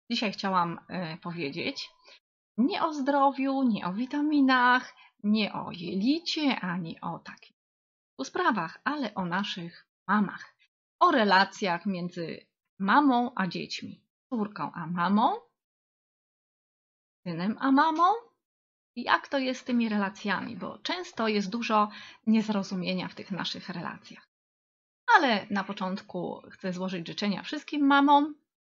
Dzisiaj chciałam powiedzieć nie o zdrowiu, nie o witaminach, nie o jelicie, ani o takich sprawach, ale o naszych mamach. O relacjach między mamą a dziećmi, córką a mamą, synem a mamą. I jak to jest z tymi relacjami, bo często jest dużo niezrozumienia w tych naszych relacjach. Ale na początku chcę złożyć życzenia wszystkim mamom.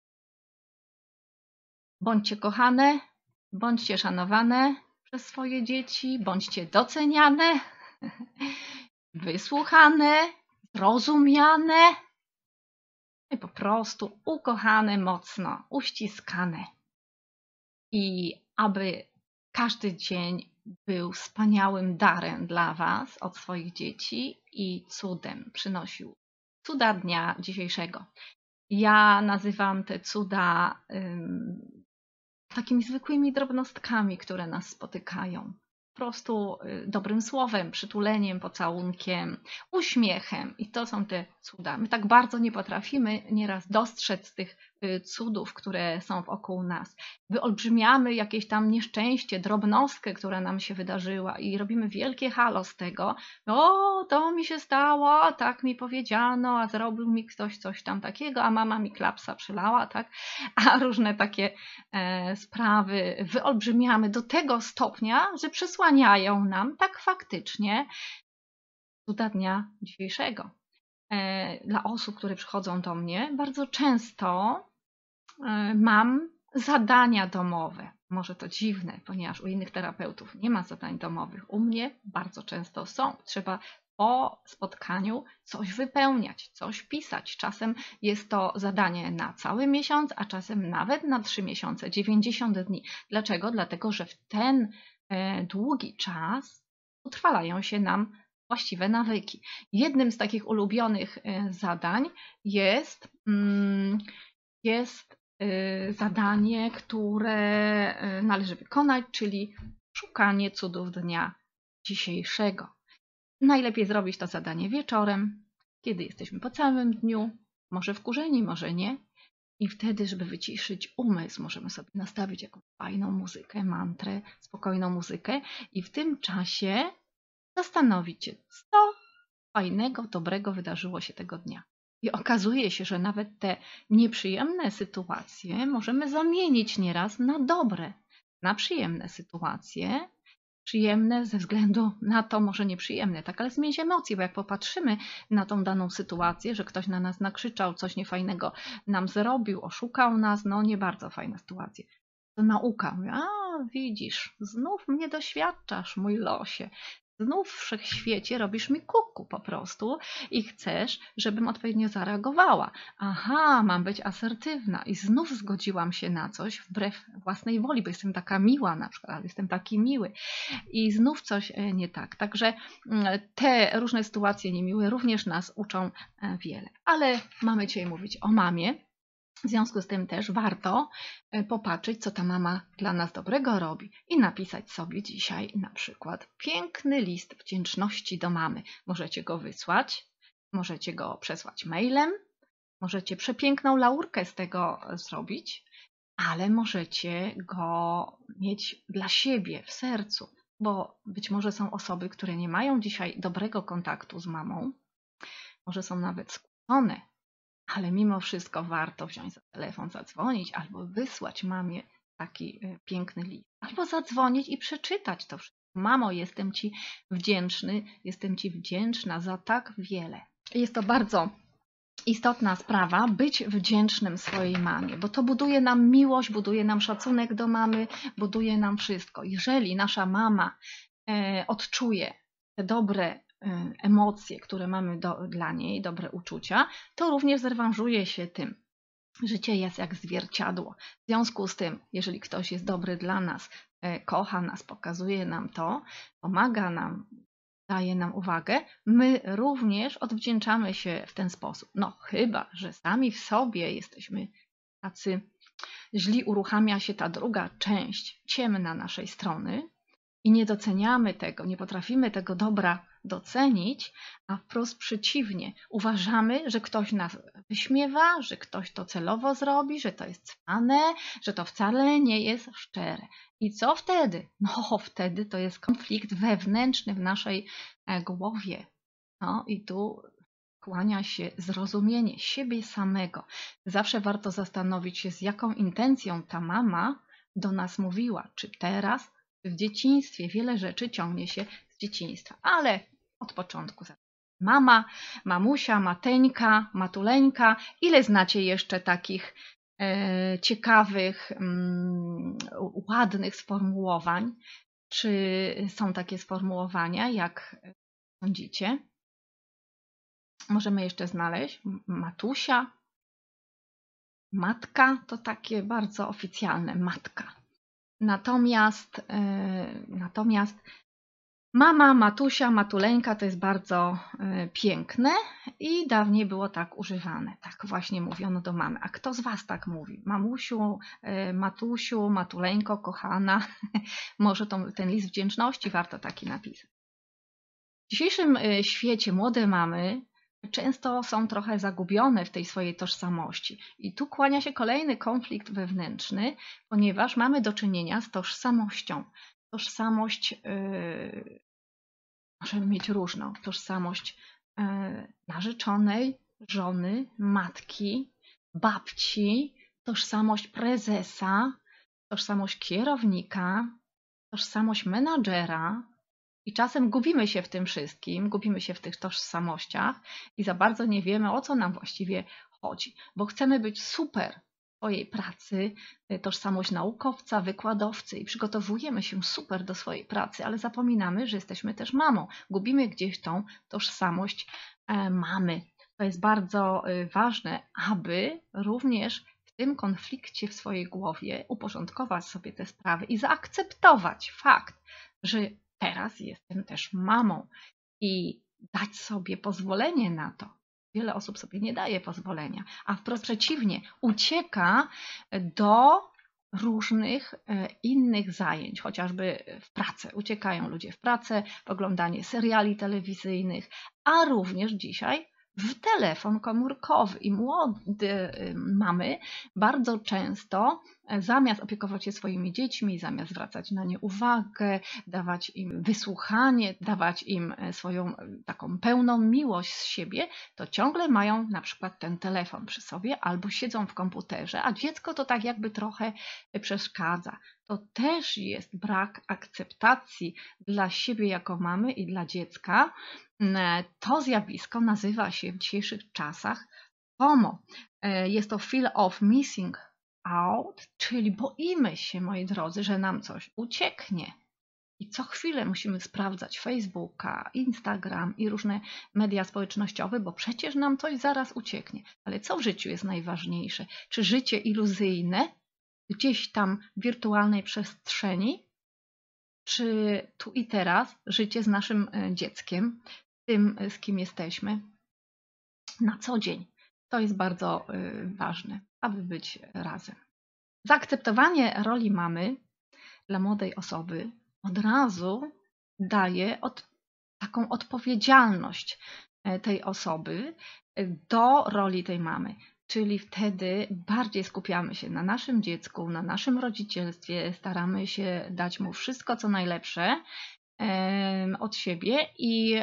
Bądźcie kochane, bądźcie szanowane przez swoje dzieci, bądźcie doceniane, wysłuchane, zrozumiane i po prostu ukochane mocno, uściskane. I aby każdy dzień był wspaniałym darem dla Was od swoich dzieci i cudem przynosił cuda dnia dzisiejszego. Ja nazywam te cuda takimi zwykłymi drobnostkami, które nas spotykają. Po prostu dobrym słowem, przytuleniem, pocałunkiem, uśmiechem. I to są te cuda. My tak bardzo nie potrafimy nieraz dostrzec tych cudów, które są wokół nas. Wyolbrzymiamy jakieś tam nieszczęście, drobnostkę, która nam się wydarzyła i robimy wielkie halo z tego. O, to mi się stało, tak mi powiedziano, a zrobił mi ktoś coś tam takiego, a mama mi klapsa przylała, tak? A różne takie sprawy wyolbrzymiamy do tego stopnia, że przysłaniają nam tak faktycznie cuda dnia dzisiejszego. Dla osób, które przychodzą do mnie, bardzo często mam zadania domowe. Może to dziwne, ponieważ u innych terapeutów nie ma zadań domowych. U mnie bardzo często są. Trzeba po spotkaniu coś wypełniać, coś pisać. Czasem jest to zadanie na cały miesiąc, a czasem nawet na 3 miesiące, 90 dni. Dlaczego? Dlatego, że w ten długi czas utrwalają się nam właściwe nawyki. Jednym z takich ulubionych zadań jest zadanie, które należy wykonać, czyli szukanie cudów dnia dzisiejszego. Najlepiej zrobić to zadanie wieczorem, kiedy jesteśmy po całym dniu, może wkurzeni, może nie. I wtedy, żeby wyciszyć umysł, możemy sobie nastawić jakąś fajną muzykę, mantrę, spokojną muzykę i w tym czasie zastanowić się, co fajnego, dobrego wydarzyło się tego dnia. I okazuje się, że nawet te nieprzyjemne sytuacje możemy zamienić nieraz na dobre, na przyjemne sytuacje. Przyjemne ze względu na to, może nieprzyjemne, tak, ale zmienić emocje, bo jak popatrzymy na tą daną sytuację, że ktoś na nas nakrzyczał, coś niefajnego nam zrobił, oszukał nas, no nie bardzo fajna sytuacja. To nauka. A, widzisz, znów mnie doświadczasz, mój losie. Znów w wszechświecie robisz mi kuku po prostu i chcesz, żebym odpowiednio zareagowała. Aha, mam być asertywna i znów zgodziłam się na coś wbrew własnej woli, bo jestem taka miła na przykład, jestem taki miły i znów coś nie tak. Także te różne sytuacje niemiłe również nas uczą wiele. Ale mamy dzisiaj mówić o mamie. W związku z tym też warto popatrzeć, co ta mama dla nas dobrego robi i napisać sobie dzisiaj na przykład piękny list wdzięczności do mamy. Możecie go wysłać, możecie go przesłać mailem, możecie przepiękną laurkę z tego zrobić, ale możecie go mieć dla siebie w sercu, bo być może są osoby, które nie mają dzisiaj dobrego kontaktu z mamą, może są nawet skłócone, ale mimo wszystko warto wziąć za telefon, zadzwonić albo wysłać mamie taki piękny list. Albo zadzwonić i przeczytać to wszystko. Mamo, jestem Ci wdzięczny, jestem Ci wdzięczna za tak wiele. Jest to bardzo istotna sprawa, być wdzięcznym swojej mamie, bo to buduje nam miłość, buduje nam szacunek do mamy, buduje nam wszystko. Jeżeli nasza mama odczuje te dobre emocje, które mamy dla niej, dobre uczucia, to również zrewanżuje się tym. Życie jest jak zwierciadło. W związku z tym, jeżeli ktoś jest dobry dla nas, kocha nas, pokazuje nam to, pomaga nam, daje nam uwagę, my również odwdzięczamy się w ten sposób. No chyba, że sami w sobie jesteśmy tacy źli, uruchamia się ta druga część ciemna naszej strony, i nie doceniamy tego, nie potrafimy tego dobra docenić, a wprost przeciwnie, uważamy, że ktoś nas wyśmiewa, że ktoś to celowo zrobi, że to jest cwane, że to wcale nie jest szczere. I co wtedy? No wtedy to jest konflikt wewnętrzny w naszej głowie. No i tu kłania się zrozumienie siebie samego. Zawsze warto zastanowić się, z jaką intencją ta mama do nas mówiła. Czy teraz, czy w dzieciństwie. Wiele rzeczy ciągnie się z dzieciństwa, ale od początku. Mama, mamusia, mateńka, matuleńka. Ile znacie jeszcze takich ciekawych, ładnych sformułowań? Czy są takie sformułowania, jak sądzicie? Możemy jeszcze znaleźć matusia, matka, to takie bardzo oficjalne, matka. Natomiast mama, matusia, matuleńka to jest bardzo piękne i dawniej było tak używane. Tak właśnie mówiono do mamy. A kto z Was tak mówi? Mamusiu, matusiu, matuleńko, kochana. Może ten list wdzięczności warto taki napisać. W dzisiejszym świecie młode mamy często są trochę zagubione w tej swojej tożsamości. I tu kłania się kolejny konflikt wewnętrzny, ponieważ mamy do czynienia z tożsamością. Tożsamość możemy mieć różną. Tożsamość narzeczonej, żony, matki, babci, tożsamość prezesa, tożsamość kierownika, tożsamość menadżera. I czasem gubimy się w tym wszystkim, gubimy się w tych tożsamościach i za bardzo nie wiemy, o co nam właściwie chodzi, bo chcemy być super w swojej pracy, tożsamość naukowca, wykładowcy i przygotowujemy się super do swojej pracy, ale zapominamy, że jesteśmy też mamą. Gubimy gdzieś tą tożsamość mamy. To jest bardzo ważne, aby również w tym konflikcie w swojej głowie uporządkować sobie te sprawy i zaakceptować fakt, że teraz jestem też mamą i dać sobie pozwolenie na to. Wiele osób sobie nie daje pozwolenia, a wprost przeciwnie, ucieka do różnych innych zajęć, chociażby w pracę. Uciekają ludzie w pracę, w oglądanie seriali telewizyjnych, a również dzisiaj w telefon komórkowy. I młode mamy bardzo często zamiast opiekować się swoimi dziećmi, zamiast zwracać na nie uwagę, dawać im wysłuchanie, dawać im swoją taką pełną miłość z siebie, to ciągle mają na przykład ten telefon przy sobie albo siedzą w komputerze, a dziecko to tak jakby trochę przeszkadza. To też jest brak akceptacji dla siebie jako mamy i dla dziecka. To zjawisko nazywa się w dzisiejszych czasach FOMO. Jest to Fear of Missing Out, czyli boimy się, moi drodzy, że nam coś ucieknie. I co chwilę musimy sprawdzać Facebooka, Instagram i różne media społecznościowe, bo przecież nam coś zaraz ucieknie. Ale co w życiu jest najważniejsze? Czy życie iluzyjne, gdzieś tam w wirtualnej przestrzeni, czy tu i teraz życie z naszym dzieckiem, tym, z kim jesteśmy na co dzień? To jest bardzo ważne, aby być razem. Zaakceptowanie roli mamy dla młodej osoby od razu daje taką odpowiedzialność tej osoby do roli tej mamy. Czyli wtedy bardziej skupiamy się na naszym dziecku, na naszym rodzicielstwie, staramy się dać mu wszystko, co najlepsze od siebie i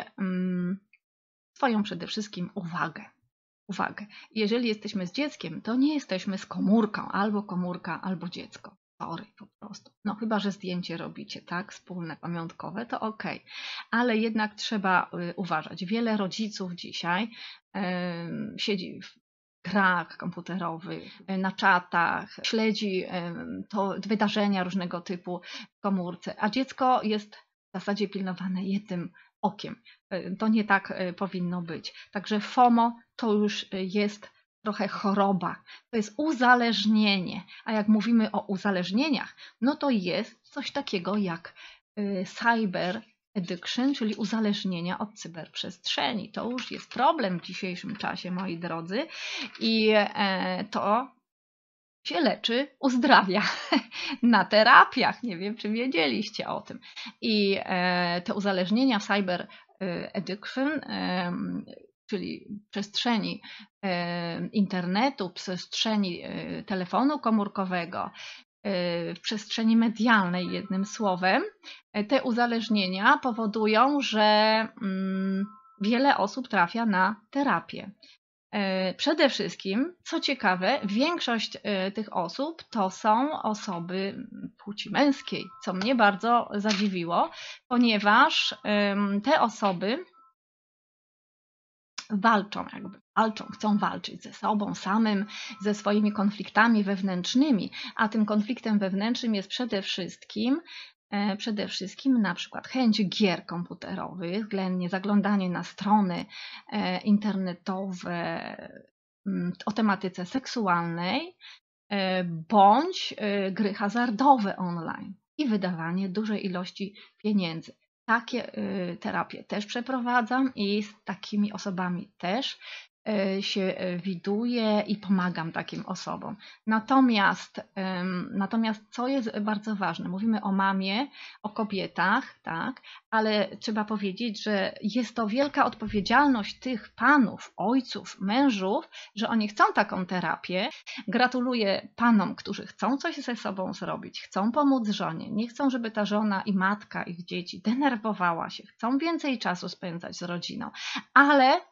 swoją przede wszystkim uwagę. Jeżeli jesteśmy z dzieckiem, to nie jesteśmy z komórką, albo dziecko. Sorry, po prostu. No chyba, że zdjęcie robicie, tak? Wspólne, pamiątkowe, to ok. Ale jednak trzeba uważać. Wiele rodziców dzisiaj siedzi w grach komputerowych, na czatach, śledzi to wydarzenia różnego typu w komórce, a dziecko jest w zasadzie pilnowane jednym okiem. To nie tak powinno być. Także FOMO to już jest trochę choroba. To jest uzależnienie. A jak mówimy o uzależnieniach, no to jest coś takiego jak cyber addiction, czyli uzależnienia od cyberprzestrzeni. To już jest problem w dzisiejszym czasie, moi drodzy. I to się leczy, uzdrawia na terapiach. Nie wiem, czy wiedzieliście o tym. I te uzależnienia w cyber addiction, czyli przestrzeni internetu, przestrzeni telefonu komórkowego, w przestrzeni medialnej, jednym słowem, te uzależnienia powodują, że wiele osób trafia na terapię. Przede wszystkim, co ciekawe, większość tych osób to są osoby płci męskiej, co mnie bardzo zadziwiło, ponieważ te osoby chcą walczyć ze sobą samym, ze swoimi konfliktami wewnętrznymi, a tym konfliktem wewnętrznym jest przede wszystkim na przykład chęć gier komputerowych, względnie zaglądanie na strony internetowe o tematyce seksualnej, bądź gry hazardowe online i wydawanie dużej ilości pieniędzy. Takie terapie też przeprowadzam i z takimi osobami też się widuję i pomagam takim osobom. Natomiast co jest bardzo ważne, mówimy o mamie, o kobietach, tak, ale trzeba powiedzieć, że jest to wielka odpowiedzialność tych panów, ojców, mężów, że oni chcą taką terapię. Gratuluję panom, którzy chcą coś ze sobą zrobić, chcą pomóc żonie, nie chcą, żeby ta żona i matka ich dzieci denerwowała się, chcą więcej czasu spędzać z rodziną, ale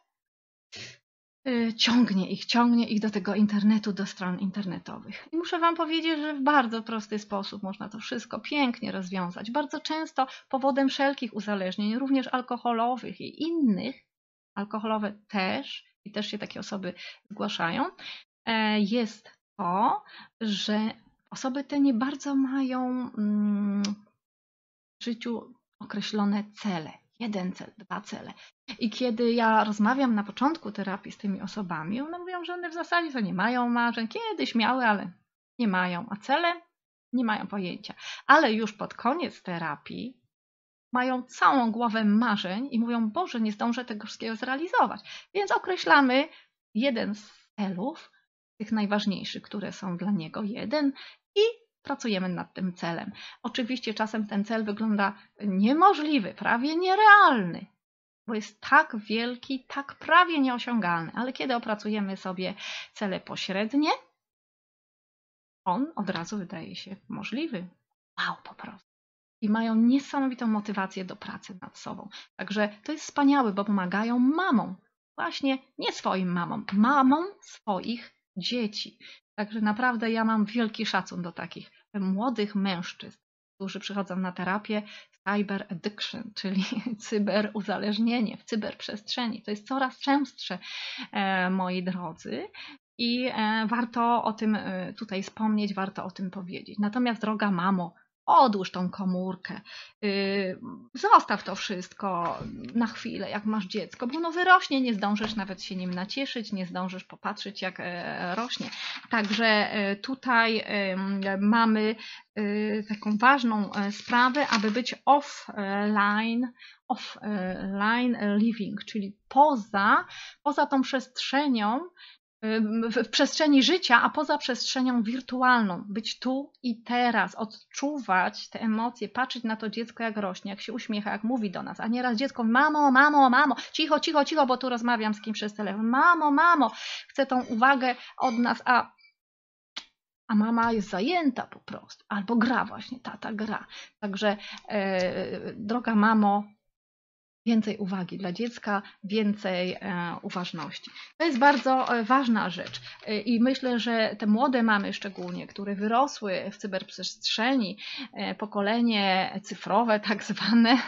ciągnie ich do tego internetu, do stron internetowych. I muszę wam powiedzieć, że w bardzo prosty sposób można to wszystko pięknie rozwiązać. Bardzo często powodem wszelkich uzależnień, również alkoholowych i innych, alkoholowe też, i też się takie osoby zgłaszają, jest to, że osoby te nie bardzo mają w życiu określone cele. 1 cel, 2 cele. I kiedy ja rozmawiam na początku terapii z tymi osobami, one mówią, że one w zasadzie to nie mają marzeń, kiedyś miały, ale nie mają, a cele nie mają pojęcia. Ale już pod koniec terapii mają całą głowę marzeń i mówią, Boże, nie zdążę tego wszystkiego zrealizować. Więc określamy jeden z celów, tych najważniejszych, które są dla niego, jeden, i pracujemy nad tym celem. Oczywiście czasem ten cel wygląda niemożliwy, prawie nierealny, bo jest tak wielki, tak prawie nieosiągalny, ale kiedy opracujemy sobie cele pośrednie, on od razu wydaje się możliwy. Wow, po prostu. I mają niesamowitą motywację do pracy nad sobą. Także to jest wspaniałe, bo pomagają mamom. Właśnie nie swoim mamom swoich dzieci. Także naprawdę ja mam wielki szacun do takich młodych mężczyzn, którzy przychodzą na terapię cyber addiction, czyli cyberuzależnienie w cyberprzestrzeni. To jest coraz częstsze, moi drodzy. I warto o tym tutaj wspomnieć, warto o tym powiedzieć. Natomiast droga mamo, odłóż tą komórkę, zostaw to wszystko na chwilę, jak masz dziecko, bo ono wyrośnie, nie zdążysz nawet się nim nacieszyć, nie zdążysz popatrzeć, jak rośnie. Także tutaj mamy taką ważną sprawę, aby być offline living, czyli poza tą przestrzenią, w przestrzeni życia, a poza przestrzenią wirtualną. Być tu i teraz, odczuwać te emocje, patrzeć na to dziecko, jak rośnie, jak się uśmiecha, jak mówi do nas. A nieraz dziecko, mamo, mamo, mamo, cicho, cicho, cicho, bo tu rozmawiam z kimś przez telefon. Mamo, mamo, chcę tą uwagę od nas, a mama jest zajęta po prostu. Albo gra właśnie, tata gra. Także droga mamo, więcej uwagi dla dziecka, więcej uważności. To jest bardzo ważna rzecz i myślę, że te młode mamy szczególnie, które wyrosły w cyberprzestrzeni, pokolenie cyfrowe tak zwane,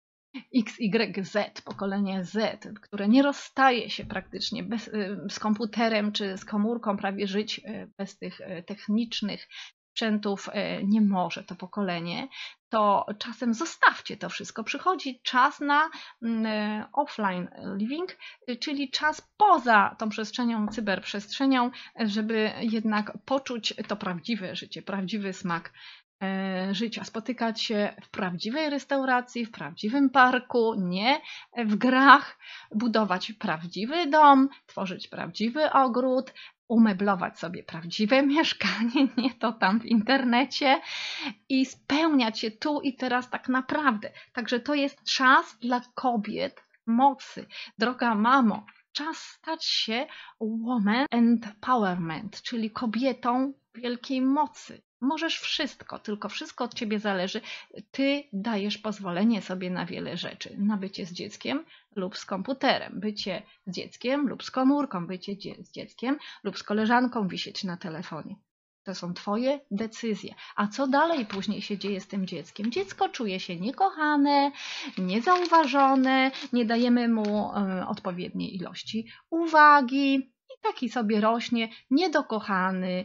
XYZ, pokolenie Z, które nie rozstaje się praktycznie z komputerem czy z komórką, prawie żyć bez tych technicznych sprzętów nie może to pokolenie, to czasem zostawcie to wszystko. Przychodzi czas na offline living, czyli czas poza tą przestrzenią, cyberprzestrzenią, żeby jednak poczuć to prawdziwe życie, prawdziwy smak życia. Spotykać się w prawdziwej restauracji, w prawdziwym parku, nie w grach, budować prawdziwy dom, tworzyć prawdziwy ogród, umeblować sobie prawdziwe mieszkanie, nie to tam w internecie i spełniać się tu i teraz tak naprawdę. Także to jest czas dla kobiet mocy. Droga mamo, czas stać się woman empowerment, czyli kobietą wielkiej mocy. Możesz wszystko, tylko wszystko od ciebie zależy. Ty dajesz pozwolenie sobie na wiele rzeczy. Na bycie z dzieckiem lub z komputerem, bycie z dzieckiem lub z komórką, bycie z dzieckiem lub z koleżanką wisieć na telefonie. To są twoje decyzje. A co dalej później się dzieje z tym dzieckiem? Dziecko czuje się niekochane, niezauważone, nie dajemy mu odpowiedniej ilości uwagi i taki sobie rośnie niedokochany,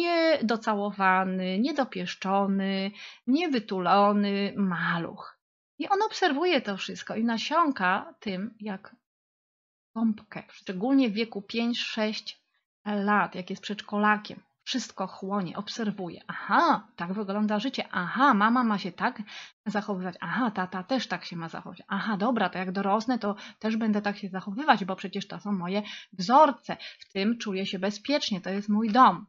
niedocałowany, niedopieszczony, niewytulony maluch. I on obserwuje to wszystko i nasiąka tym jak gąbkę, szczególnie w wieku 5-6 lat, jak jest przedszkolakiem. Wszystko chłonie, obserwuje. Aha, tak wygląda życie. Aha, mama ma się tak zachowywać. Aha, tata też tak się ma zachowywać. Aha, dobra, to jak dorosnę, to też będę tak się zachowywać, bo przecież to są moje wzorce. W tym czuję się bezpiecznie, to jest mój dom.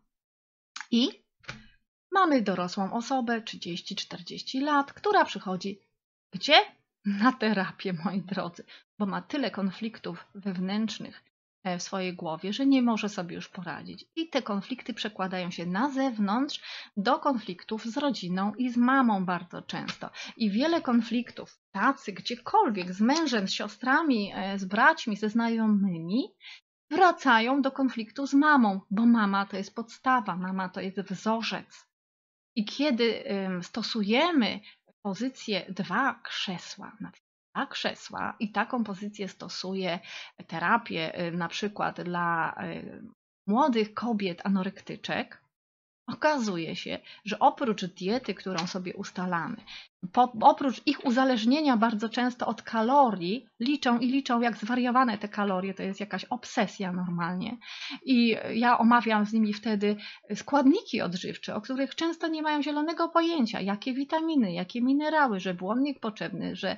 I mamy dorosłą osobę, 30-40 lat, która przychodzi gdzie? Na terapię, moi drodzy, bo ma tyle konfliktów wewnętrznych w swojej głowie, że nie może sobie już poradzić. I te konflikty przekładają się na zewnątrz do konfliktów z rodziną i z mamą bardzo często. I wiele konfliktów tacy gdziekolwiek z mężem, z siostrami, z braćmi, ze znajomymi wracają do konfliktu z mamą, bo mama to jest podstawa, mama to jest wzorzec. I kiedy stosujemy pozycję 2 krzesła, na przykład 2 krzesła i taką pozycję stosuje terapię na przykład dla młodych kobiet anorektyczek, okazuje się, że oprócz diety, którą sobie ustalamy, oprócz ich uzależnienia bardzo często od kalorii, liczą jak zwariowane te kalorie, to jest jakaś obsesja normalnie. I ja omawiam z nimi wtedy składniki odżywcze, o których często nie mają zielonego pojęcia, jakie witaminy, jakie minerały, że błonnik potrzebny, że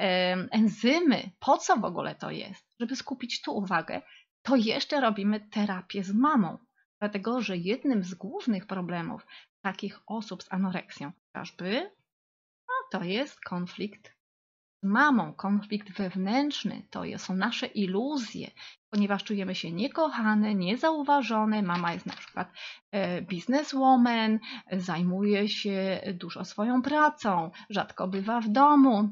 enzymy, po co w ogóle to jest, żeby skupić tu uwagę, to jeszcze robimy terapię z mamą. Dlatego, że jednym z głównych problemów takich osób z anoreksją chociażby, to jest konflikt z mamą, konflikt wewnętrzny, są nasze iluzje, ponieważ czujemy się niekochane, niezauważone, mama jest na przykład bizneswoman, zajmuje się dużo swoją pracą, rzadko bywa w domu,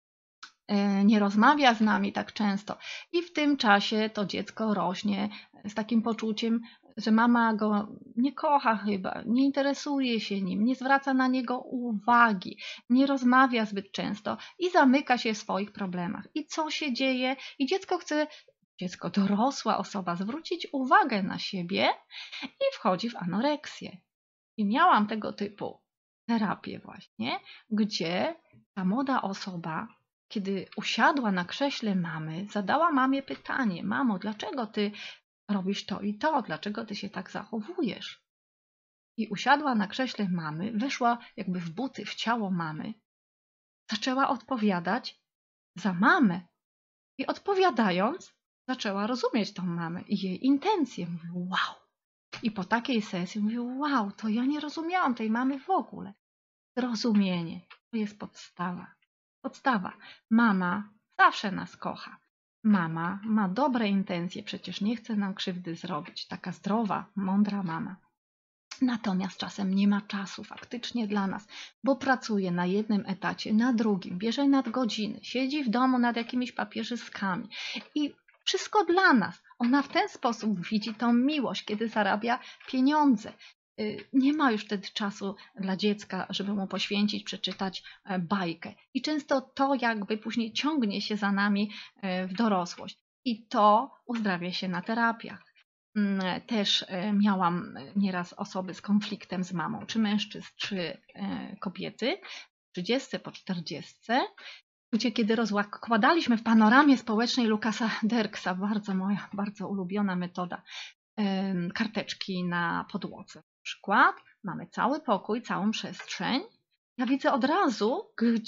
nie rozmawia z nami tak często i w tym czasie to dziecko rośnie z takim poczuciem, że mama go nie kocha chyba, nie interesuje się nim, nie zwraca na niego uwagi, nie rozmawia zbyt często i zamyka się w swoich problemach. I co się dzieje? I dziecko, dorosła osoba, zwrócić uwagę na siebie i wchodzi w anoreksję. I miałam tego typu terapię właśnie, gdzie ta młoda osoba, kiedy usiadła na krześle mamy, zadała mamie pytanie: mamo, dlaczego ty robisz to i to? Dlaczego ty się tak zachowujesz? I usiadła na krześle mamy, weszła jakby w buty, w ciało mamy, zaczęła odpowiadać za mamę. I odpowiadając, zaczęła rozumieć tą mamę i jej intencje. Mówię, wow! I po takiej sesji mówię, wow, to ja nie rozumiałam tej mamy w ogóle. Zrozumienie to jest podstawa. Podstawa. Mama zawsze nas kocha. Mama ma dobre intencje, przecież nie chce nam krzywdy zrobić. Taka zdrowa, mądra mama. Natomiast czasem nie ma czasu faktycznie dla nas, bo pracuje na jednym etacie, na drugim, bierze nadgodziny, siedzi w domu nad jakimiś papierzyskami i wszystko dla nas. Ona w ten sposób widzi tą miłość, kiedy zarabia pieniądze. Nie ma już wtedy czasu dla dziecka, żeby mu poświęcić, przeczytać bajkę. I często to jakby później ciągnie się za nami w dorosłość. I to uzdrawia się na terapiach. Też miałam nieraz osoby z konfliktem z mamą, czy mężczyzn, czy kobiety, po 30, po 40, gdzie kiedy rozkładaliśmy w panoramie społecznej Lukasa Derksa, bardzo ulubiona metoda, karteczki na podłodze. Na przykład mamy cały pokój, całą przestrzeń. Ja widzę od razu,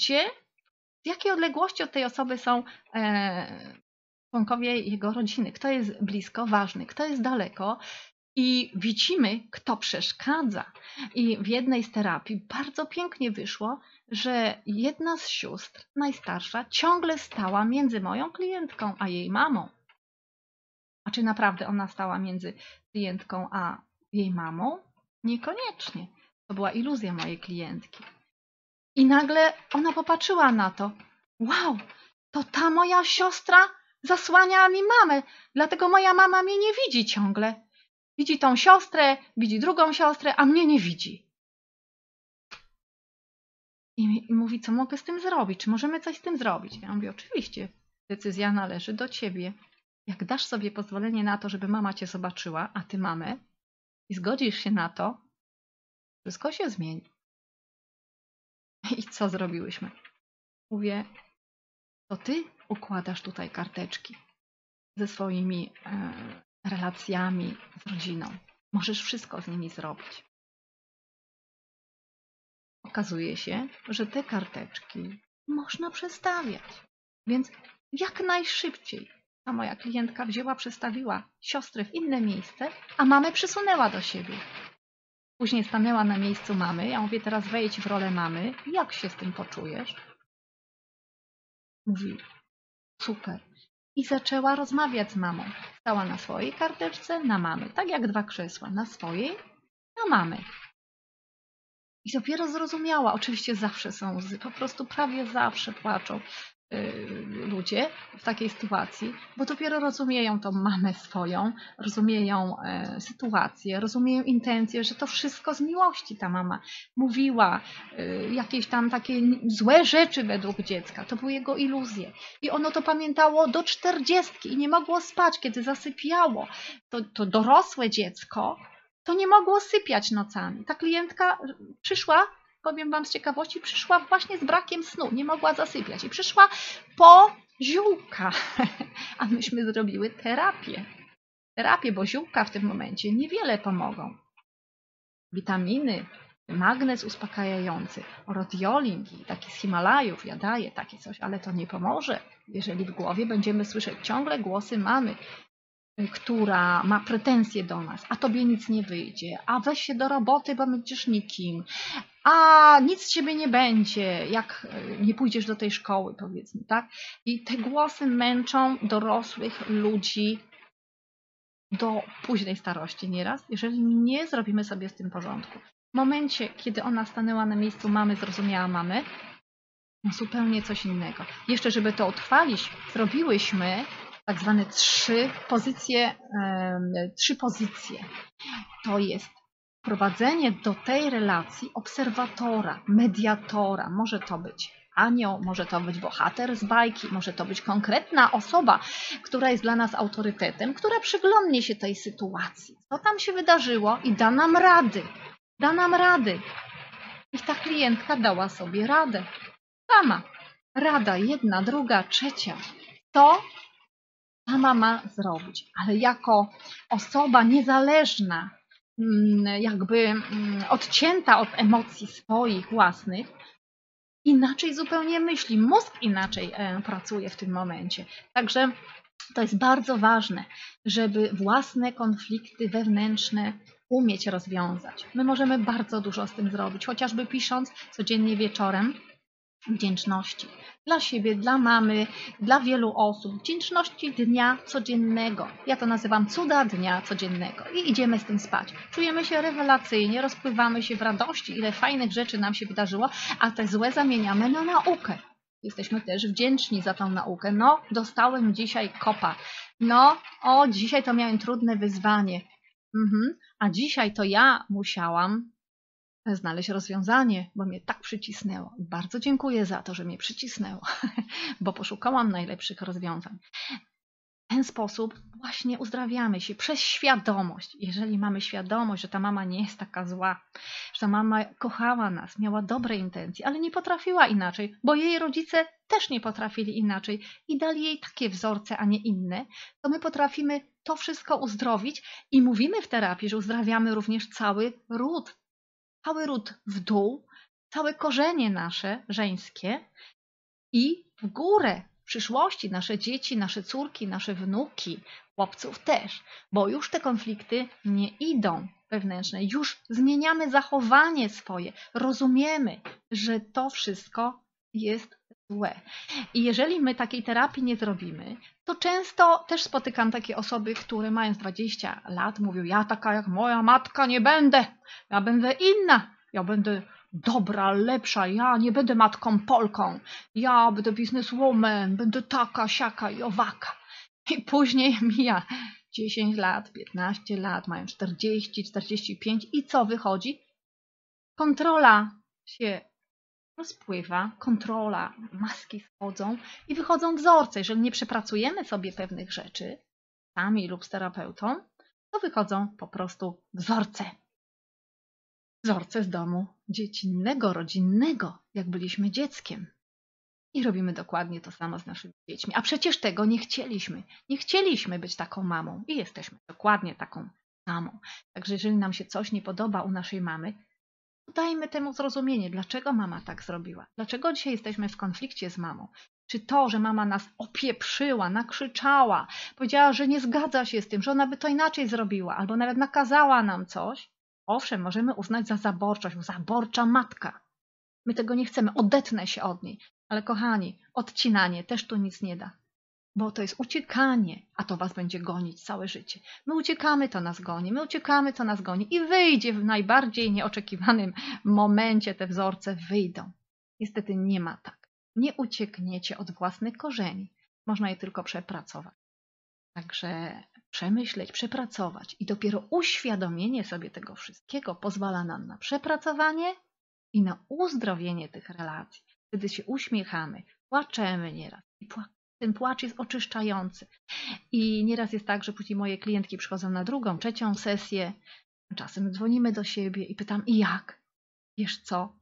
w jakiej odległości od tej osoby są członkowie jego rodziny, kto jest blisko, ważny, kto jest daleko. I widzimy, kto przeszkadza. I w jednej z terapii bardzo pięknie wyszło, że jedna z sióstr, najstarsza, ciągle stała między moją klientką a jej mamą. A czy naprawdę ona stała między klientką a jej mamą? Niekoniecznie. To była iluzja mojej klientki. I nagle ona popatrzyła na to. Wow, to ta moja siostra zasłania mi mamę, dlatego moja mama mnie nie widzi ciągle. Widzi tą siostrę, widzi drugą siostrę, a mnie nie widzi. I mówi, co mogę z tym zrobić? Czy możemy coś z tym zrobić? Ja mówię, oczywiście, decyzja należy do ciebie. Jak dasz sobie pozwolenie na to, żeby mama cię zobaczyła, a ty mamę, i zgodzisz się na to, wszystko się zmieni. I co zrobiłyśmy? Mówię, to ty układasz tutaj karteczki ze swoimi relacjami z rodziną. Możesz wszystko z nimi zrobić. Okazuje się, że te karteczki można przestawiać. Więc jak najszybciej ta moja klientka wzięła, przestawiła siostrę w inne miejsce, a mamę przysunęła do siebie. Później stanęła na miejscu mamy. Ja mówię, teraz wejdź w rolę mamy. Jak się z tym poczujesz? Mówi, super. I zaczęła rozmawiać z mamą. Stała na swojej karteczce, na mamy. Tak jak dwa krzesła. Na swojej, na mamy. I dopiero zrozumiała, oczywiście zawsze są łzy, po prostu prawie zawsze płaczą ludzie w takiej sytuacji, bo dopiero rozumieją tą mamę swoją, rozumieją sytuację, rozumieją intencje, że to wszystko z miłości ta mama mówiła, jakieś tam takie złe rzeczy według dziecka, to były jego iluzje. I ono to pamiętało do 40 i nie mogło spać, kiedy zasypiało. To dorosłe dziecko to nie mogło sypiać nocami. Ta klientka przyszła, powiem wam z ciekawości, przyszła właśnie z brakiem snu, nie mogła zasypiać i przyszła po ziółka, a myśmy zrobiły terapię. Bo ziółka w tym momencie niewiele pomogą. Witaminy, magnez uspokajający, rodiolin, taki z Himalajów, ja daję takie coś, ale to nie pomoże, jeżeli w głowie będziemy słyszeć ciągle głosy mamy, która ma pretensje do nas, a tobie nic nie wyjdzie, a weź się do roboty, bo będziesz nikim, a nic z ciebie nie będzie, jak nie pójdziesz do tej szkoły, powiedzmy, tak? I te głosy męczą dorosłych ludzi do późnej starości nieraz, jeżeli nie zrobimy sobie z tym porządku. W momencie, kiedy ona stanęła na miejscu mamy, zrozumiała mamy, zupełnie coś innego. Jeszcze, żeby to utrwalić, zrobiłyśmy tak zwane trzy pozycje. To jest wprowadzenie do tej relacji obserwatora, mediatora. Może to być anioł, może to być bohater z bajki, może to być konkretna osoba, która jest dla nas autorytetem, która przyglądnie się tej sytuacji. Co tam się wydarzyło i da nam rady. I ta klientka dała sobie radę. Sama. Rada jedna, druga, trzecia. To sama ma zrobić, ale jako osoba niezależna, jakby odcięta od emocji swoich własnych, inaczej zupełnie myśli, mózg inaczej pracuje w tym momencie. Także to jest bardzo ważne, żeby własne konflikty wewnętrzne umieć rozwiązać. My możemy bardzo dużo z tym zrobić, chociażby pisząc codziennie wieczorem wdzięczności dla siebie, dla mamy, dla wielu osób. Wdzięczności dnia codziennego. Ja to nazywam cuda dnia codziennego. I idziemy z tym spać. Czujemy się rewelacyjnie, rozpływamy się w radości, ile fajnych rzeczy nam się wydarzyło, a te złe zamieniamy na naukę. Jesteśmy też wdzięczni za tą naukę. No, dostałem dzisiaj kopa. No, dzisiaj to miałem trudne wyzwanie. A dzisiaj to ja musiałam znaleźć rozwiązanie, bo mnie tak przycisnęło. Bardzo dziękuję za to, że mnie przycisnęło, bo poszukałam najlepszych rozwiązań. W ten sposób właśnie uzdrawiamy się przez świadomość. Jeżeli mamy świadomość, że ta mama nie jest taka zła, że ta mama kochała nas, miała dobre intencje, ale nie potrafiła inaczej, bo jej rodzice też nie potrafili inaczej i dali jej takie wzorce, a nie inne, to my potrafimy to wszystko uzdrowić i mówimy w terapii, że uzdrawiamy również cały ród w dół, całe korzenie nasze żeńskie i w górę w przyszłości nasze dzieci, nasze córki, nasze wnuki, chłopców też, bo już te konflikty nie idą wewnętrzne, już zmieniamy zachowanie swoje, rozumiemy, że to wszystko jest złe. I jeżeli my takiej terapii nie zrobimy, to często też spotykam takie osoby, które mając 20 lat mówią, ja taka jak moja matka nie będę, ja będę inna, ja będę dobra, lepsza, ja nie będę matką Polką, ja będę bizneswoman, będę taka, siaka i owaka. I później mija 10 lat, 15 lat, mają 40, 45 i co wychodzi? Kontrola się rozpływa, kontrola, maski schodzą i wychodzą wzorce. Jeżeli nie przepracujemy sobie pewnych rzeczy sami lub z terapeutą, to wychodzą po prostu wzorce. Wzorce z domu dziecinnego, rodzinnego, jak byliśmy dzieckiem. I robimy dokładnie to samo z naszymi dziećmi. A przecież tego nie chcieliśmy. Nie chcieliśmy być taką mamą i jesteśmy dokładnie taką samą. Także jeżeli nam się coś nie podoba u naszej mamy, to dajmy temu zrozumienie, dlaczego mama tak zrobiła. Dlaczego dzisiaj jesteśmy w konflikcie z mamą. Czy to, że mama nas opieprzyła, nakrzyczała, powiedziała, że nie zgadza się z tym, że ona by to inaczej zrobiła, albo nawet nakazała nam coś. Owszem, możemy uznać za zaborczość, zaborcza matka. My tego nie chcemy, odetnę się od niej. Ale kochani, odcinanie też tu nic nie da, bo to jest uciekanie, a to was będzie gonić całe życie. My uciekamy, to nas goni, my uciekamy, to nas goni i wyjdzie w najbardziej nieoczekiwanym momencie, te wzorce wyjdą. Niestety nie ma tak. Nie uciekniecie od własnych korzeni. Można je tylko przepracować. Także przemyśleć, przepracować i dopiero uświadomienie sobie tego wszystkiego pozwala nam na przepracowanie i na uzdrowienie tych relacji. Wtedy się uśmiechamy, płaczemy nieraz i ten płacz jest oczyszczający. I nieraz jest tak, że później moje klientki przychodzą na drugą, trzecią sesję, czasem dzwonimy do siebie i pytam, i jak? Wiesz co?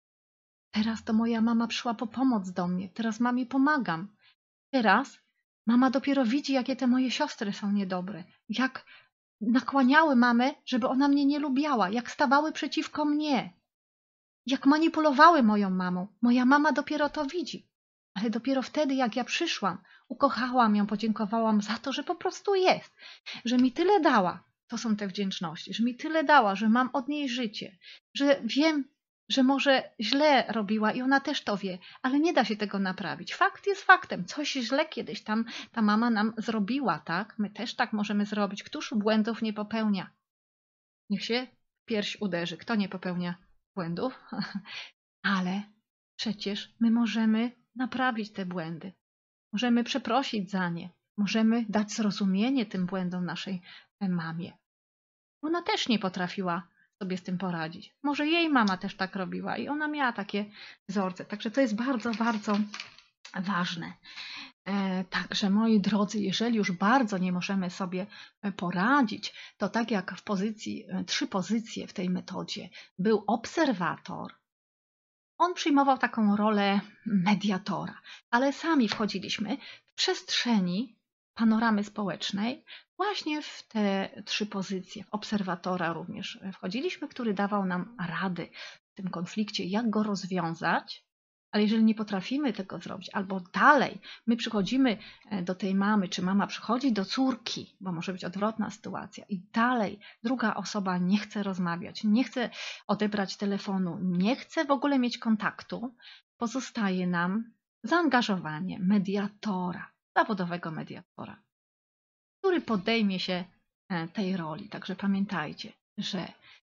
Teraz to moja mama przyszła po pomoc do mnie, teraz mamie pomagam. Teraz mama dopiero widzi, jakie te moje siostry są niedobre, jak nakłaniały mamę, żeby ona mnie nie lubiała, jak stawały przeciwko mnie. Jak manipulowały moją mamą. Moja mama dopiero to widzi. Ale dopiero wtedy, jak ja przyszłam, ukochałam ją, podziękowałam za to, że po prostu jest. Że mi tyle dała. To są te wdzięczności. Że mi tyle dała, że mam od niej życie. Że wiem, że może źle robiła i ona też to wie. Ale nie da się tego naprawić. Fakt jest faktem. Coś źle kiedyś tam ta mama nam zrobiła, tak? My też tak możemy zrobić. Któż błędów nie popełnia? Niech się w pierś uderzy. Kto nie popełnia błędów, ale przecież my możemy naprawić te błędy. Możemy przeprosić za nie. Możemy dać zrozumienie tym błędom naszej mamie. Ona też nie potrafiła sobie z tym poradzić. Może jej mama też tak robiła i ona miała takie wzorce. Także to jest bardzo, bardzo ważne. Także moi drodzy, jeżeli już bardzo nie możemy sobie poradzić, to tak jak w pozycji, 3 pozycje w tej metodzie był obserwator, on przyjmował taką rolę mediatora, ale sami wchodziliśmy w przestrzeni panoramy społecznej właśnie w te 3 pozycje. W obserwatora również wchodziliśmy, który dawał nam rady w tym konflikcie, jak go rozwiązać. Ale jeżeli nie potrafimy tego zrobić, albo dalej my przychodzimy do tej mamy, czy mama przychodzi do córki, bo może być odwrotna sytuacja i dalej druga osoba nie chce rozmawiać, nie chce odebrać telefonu, nie chce w ogóle mieć kontaktu, pozostaje nam zaangażowanie mediatora, zawodowego mediatora, który podejmie się tej roli. Także pamiętajcie, że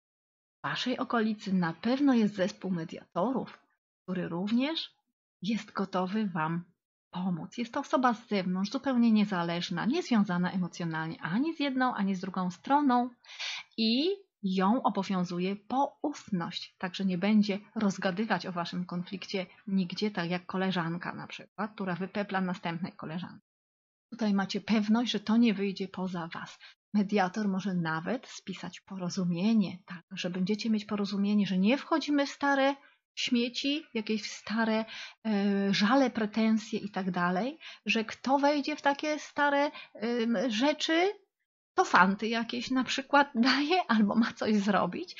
w waszej okolicy na pewno jest zespół mediatorów, który również jest gotowy wam pomóc. Jest to osoba z zewnątrz, zupełnie niezależna, niezwiązana emocjonalnie ani z jedną, ani z drugą stroną i ją obowiązuje poufność. Także nie będzie rozgadywać o waszym konflikcie nigdzie, tak jak koleżanka na przykład, która wypepla następnej koleżanki. Tutaj macie pewność, że to nie wyjdzie poza was. Mediator może nawet spisać porozumienie, tak, że będziecie mieć porozumienie, że nie wchodzimy w stare śmieci, jakieś stare żale, pretensje i tak dalej, że kto wejdzie w takie stare rzeczy, to fanty jakieś na przykład daje albo ma coś zrobić,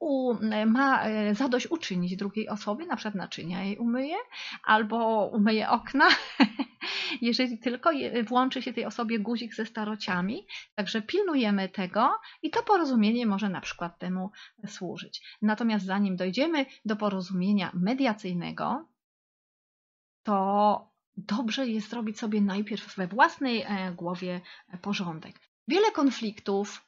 ma zadośćuczynić drugiej osobie, na przykład naczynia jej umyje albo umyje okna jeżeli tylko włączy się tej osobie guzik ze starociami. Także pilnujemy tego i to porozumienie może na przykład temu służyć. Natomiast zanim dojdziemy do porozumienia mediacyjnego, to dobrze jest zrobić sobie najpierw we własnej głowie porządek. Wiele konfliktów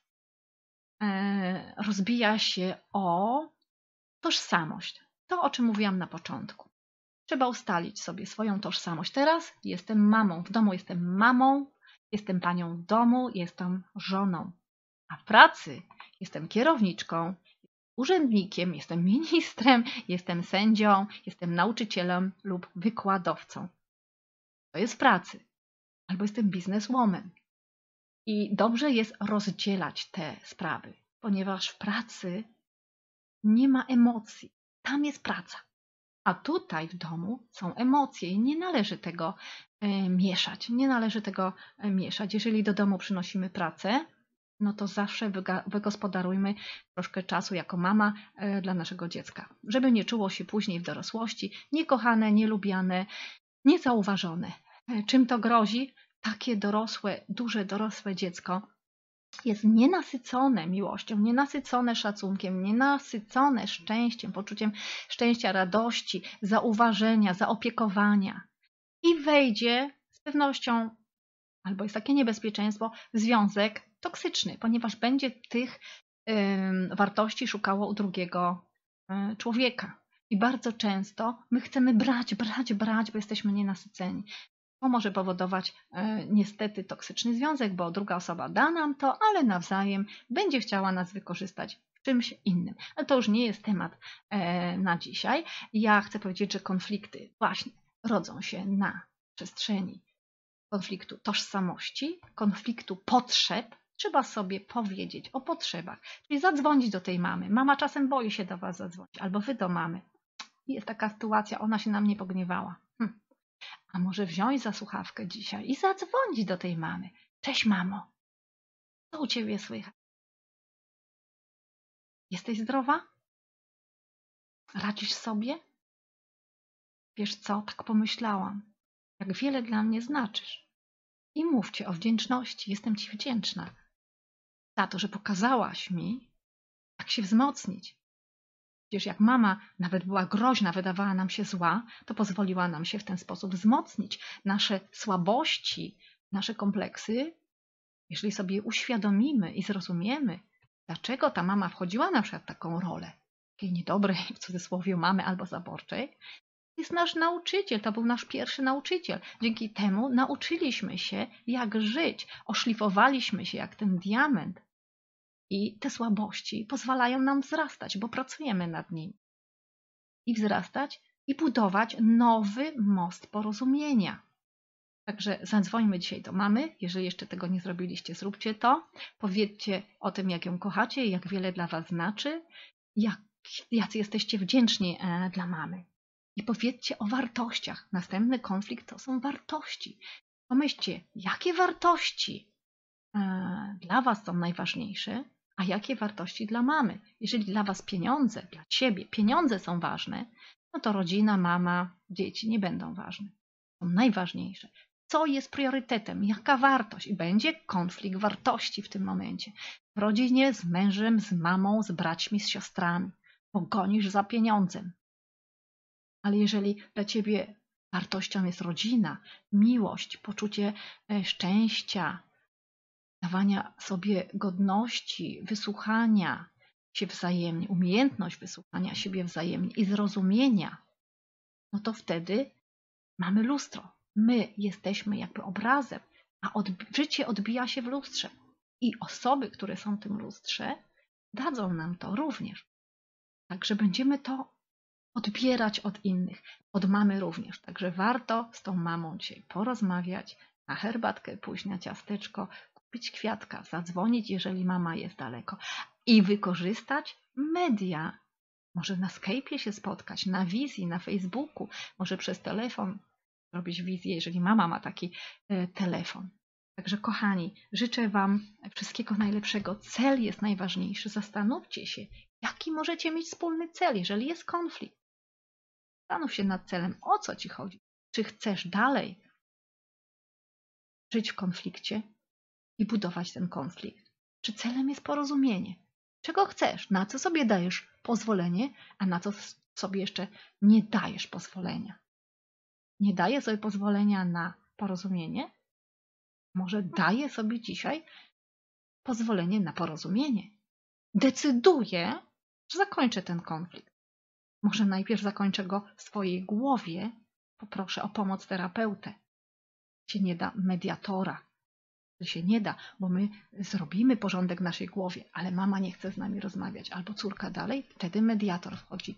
rozbija się o tożsamość. To, o czym mówiłam na początku. Trzeba ustalić sobie swoją tożsamość. Teraz jestem mamą. W domu jestem panią domu, jestem żoną. A w pracy jestem kierowniczką, urzędnikiem, jestem ministrem, jestem sędzią, jestem nauczycielem lub wykładowcą. To jest w pracy. Albo jestem bizneswoman. I dobrze jest rozdzielać te sprawy, ponieważ w pracy nie ma emocji. Tam jest praca. A tutaj w domu są emocje i nie należy tego mieszać. Nie należy tego mieszać. Jeżeli do domu przynosimy pracę, no to zawsze wygospodarujmy troszkę czasu jako mama dla naszego dziecka, żeby nie czuło się później w dorosłości niekochane, nielubiane, niezauważone. Czym to grozi? Takie duże dorosłe dziecko jest nienasycone miłością, nienasycone szacunkiem, nienasycone szczęściem, poczuciem szczęścia, radości, zauważenia, zaopiekowania i wejdzie z pewnością, albo jest takie niebezpieczeństwo, w związek toksyczny, ponieważ będzie tych wartości szukało u drugiego człowieka. I bardzo często my chcemy brać, bo jesteśmy nienasyceni. To może powodować niestety toksyczny związek, bo druga osoba da nam to, ale nawzajem będzie chciała nas wykorzystać w czymś innym. Ale to już nie jest temat na dzisiaj. Ja chcę powiedzieć, że konflikty właśnie rodzą się na przestrzeni konfliktu tożsamości, konfliktu potrzeb. Trzeba sobie powiedzieć o potrzebach, czyli zadzwonić do tej mamy. Mama czasem boi się do was zadzwonić, albo wy do mamy. Jest taka sytuacja, ona się na mnie pogniewała. A może wziąć za słuchawkę dzisiaj i zadzwonić do tej mamy. Cześć mamo, co u ciebie słychać? Jesteś zdrowa? Radzisz sobie? Wiesz co, tak pomyślałam, jak wiele dla mnie znaczysz. I mówcie o wdzięczności, jestem ci wdzięczna za to, że pokazałaś mi, jak się wzmocnić. Przecież jak mama nawet była groźna, wydawała nam się zła, to pozwoliła nam się w ten sposób wzmocnić. Nasze słabości, nasze kompleksy, jeżeli sobie uświadomimy i zrozumiemy, dlaczego ta mama wchodziła na przykład w taką rolę, takiej niedobrej, w cudzysłowie, mamy albo zaborczej, jest nasz nauczyciel, to był nasz pierwszy nauczyciel. Dzięki temu nauczyliśmy się, jak żyć, oszlifowaliśmy się jak ten diament. I te słabości pozwalają nam wzrastać, bo pracujemy nad nimi. I wzrastać i budować nowy most porozumienia. Także zadzwońmy dzisiaj do mamy. Jeżeli jeszcze tego nie zrobiliście, zróbcie to. Powiedzcie o tym, jak ją kochacie, jak wiele dla was znaczy, jacy jesteście wdzięczni dla mamy. I powiedzcie o wartościach. Następny konflikt to są wartości. Pomyślcie, jakie wartości dla was są najważniejsze, a jakie wartości dla mamy. Jeżeli dla was pieniądze, dla ciebie pieniądze są ważne, no to rodzina, mama, dzieci nie będą ważne. Są najważniejsze. Co jest priorytetem? Jaka wartość? I będzie konflikt wartości w tym momencie. W rodzinie z mężem, z mamą, z braćmi, z siostrami. Pogonisz za pieniądzem. Ale jeżeli dla ciebie wartością jest rodzina, miłość, poczucie szczęścia, dawania sobie godności, wysłuchania się wzajemnie, umiejętność wysłuchania siebie wzajemnie i zrozumienia, no to wtedy mamy lustro. My jesteśmy jakby obrazem, a życie odbija się w lustrze. I osoby, które są w tym lustrze, dadzą nam to również. Także będziemy to odbierać od innych, od mamy również. Także warto z tą mamą dzisiaj porozmawiać, na herbatkę pójść, na ciasteczko, kupić kwiatka, zadzwonić, jeżeli mama jest daleko i wykorzystać media. Może na Skype'ie się spotkać, na wizji, na Facebooku, może przez telefon robić wizję, jeżeli mama ma taki telefon. Także kochani, życzę wam wszystkiego najlepszego. Cel jest najważniejszy. Zastanówcie się, jaki możecie mieć wspólny cel, jeżeli jest konflikt. Zastanów się nad celem, o co ci chodzi. Czy chcesz dalej żyć w konflikcie i budować ten konflikt? Czy celem jest porozumienie? Czego chcesz? Na co sobie dajesz pozwolenie, a na co sobie jeszcze nie dajesz pozwolenia? Nie daję sobie pozwolenia na porozumienie? Może daję sobie dzisiaj pozwolenie na porozumienie? Decyduję, że zakończę ten konflikt. Może najpierw zakończę go w swojej głowie. Poproszę o pomoc terapeutę. Się nie da mediatora. Się nie da, bo my zrobimy porządek w naszej głowie, ale mama nie chce z nami rozmawiać, albo córka dalej, wtedy mediator wchodzi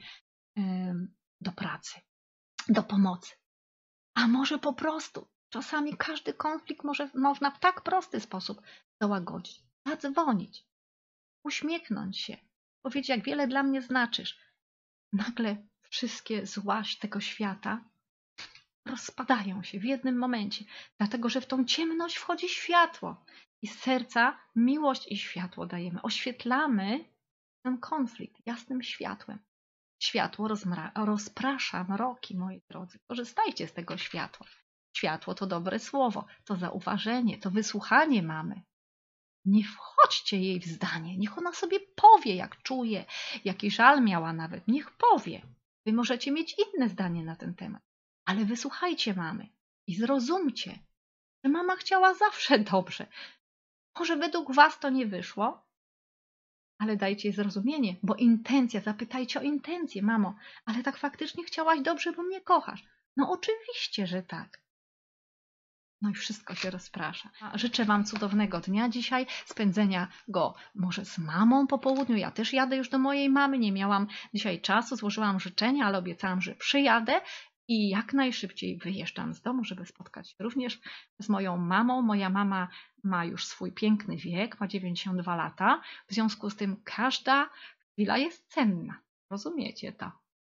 do pracy, do pomocy. A może po prostu, czasami każdy konflikt można w tak prosty sposób załagodzić. Zadzwonić, uśmiechnąć się, powiedzieć, jak wiele dla mnie znaczysz. Nagle wszystkie zła tego świata rozpadają się w jednym momencie, dlatego że w tą ciemność wchodzi światło i z serca miłość i światło dajemy. Oświetlamy ten konflikt jasnym światłem. Światło rozprasza mroki, moi drodzy. Korzystajcie z tego światła. Światło to dobre słowo, to zauważenie, to wysłuchanie mamy. Nie wchodźcie jej w zdanie, niech ona sobie powie, jak czuje, jaki żal miała nawet, niech powie. Wy możecie mieć inne zdanie na ten temat, ale wysłuchajcie mamy i zrozumcie, że mama chciała zawsze dobrze. Może według was to nie wyszło, ale dajcie jej zrozumienie, bo intencja, zapytajcie o intencję, mamo, ale tak faktycznie chciałaś dobrze, bo mnie kochasz. No oczywiście, że tak. No i wszystko się rozprasza. Życzę wam cudownego dnia dzisiaj, spędzenia go może z mamą po południu. Ja też jadę już do mojej mamy, nie miałam dzisiaj czasu, złożyłam życzenia, ale obiecałam, że przyjadę i jak najszybciej wyjeżdżam z domu, żeby spotkać się również z moją mamą. Moja mama ma już swój piękny wiek, ma 92 lata, w związku z tym każda chwila jest cenna. Rozumiecie to?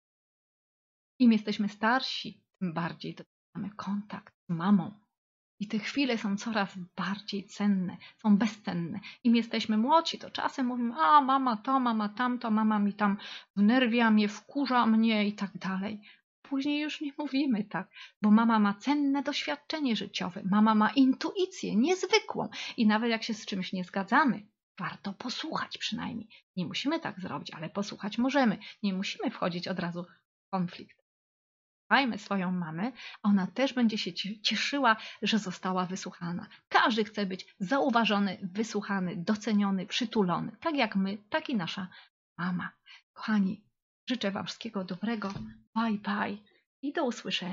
Im jesteśmy starsi, tym bardziej mamy kontakt z mamą. I te chwile są coraz bardziej cenne, są bezcenne. Im jesteśmy młodsi, to czasem mówimy, a mama to, mama tamto, mama mi tam wnerwia mnie, wkurza mnie i tak dalej. Później już nie mówimy tak, bo mama ma cenne doświadczenie życiowe, mama ma intuicję niezwykłą i nawet jak się z czymś nie zgadzamy, warto posłuchać przynajmniej. Nie musimy tak zrobić, ale posłuchać możemy. Nie musimy wchodzić od razu w konflikt. Słuchajmy swoją mamę, ona też będzie się cieszyła, że została wysłuchana. Każdy chce być zauważony, wysłuchany, doceniony, przytulony. Tak jak my, tak i nasza mama. Kochani, życzę wam wszystkiego dobrego. Bye, bye i do usłyszenia.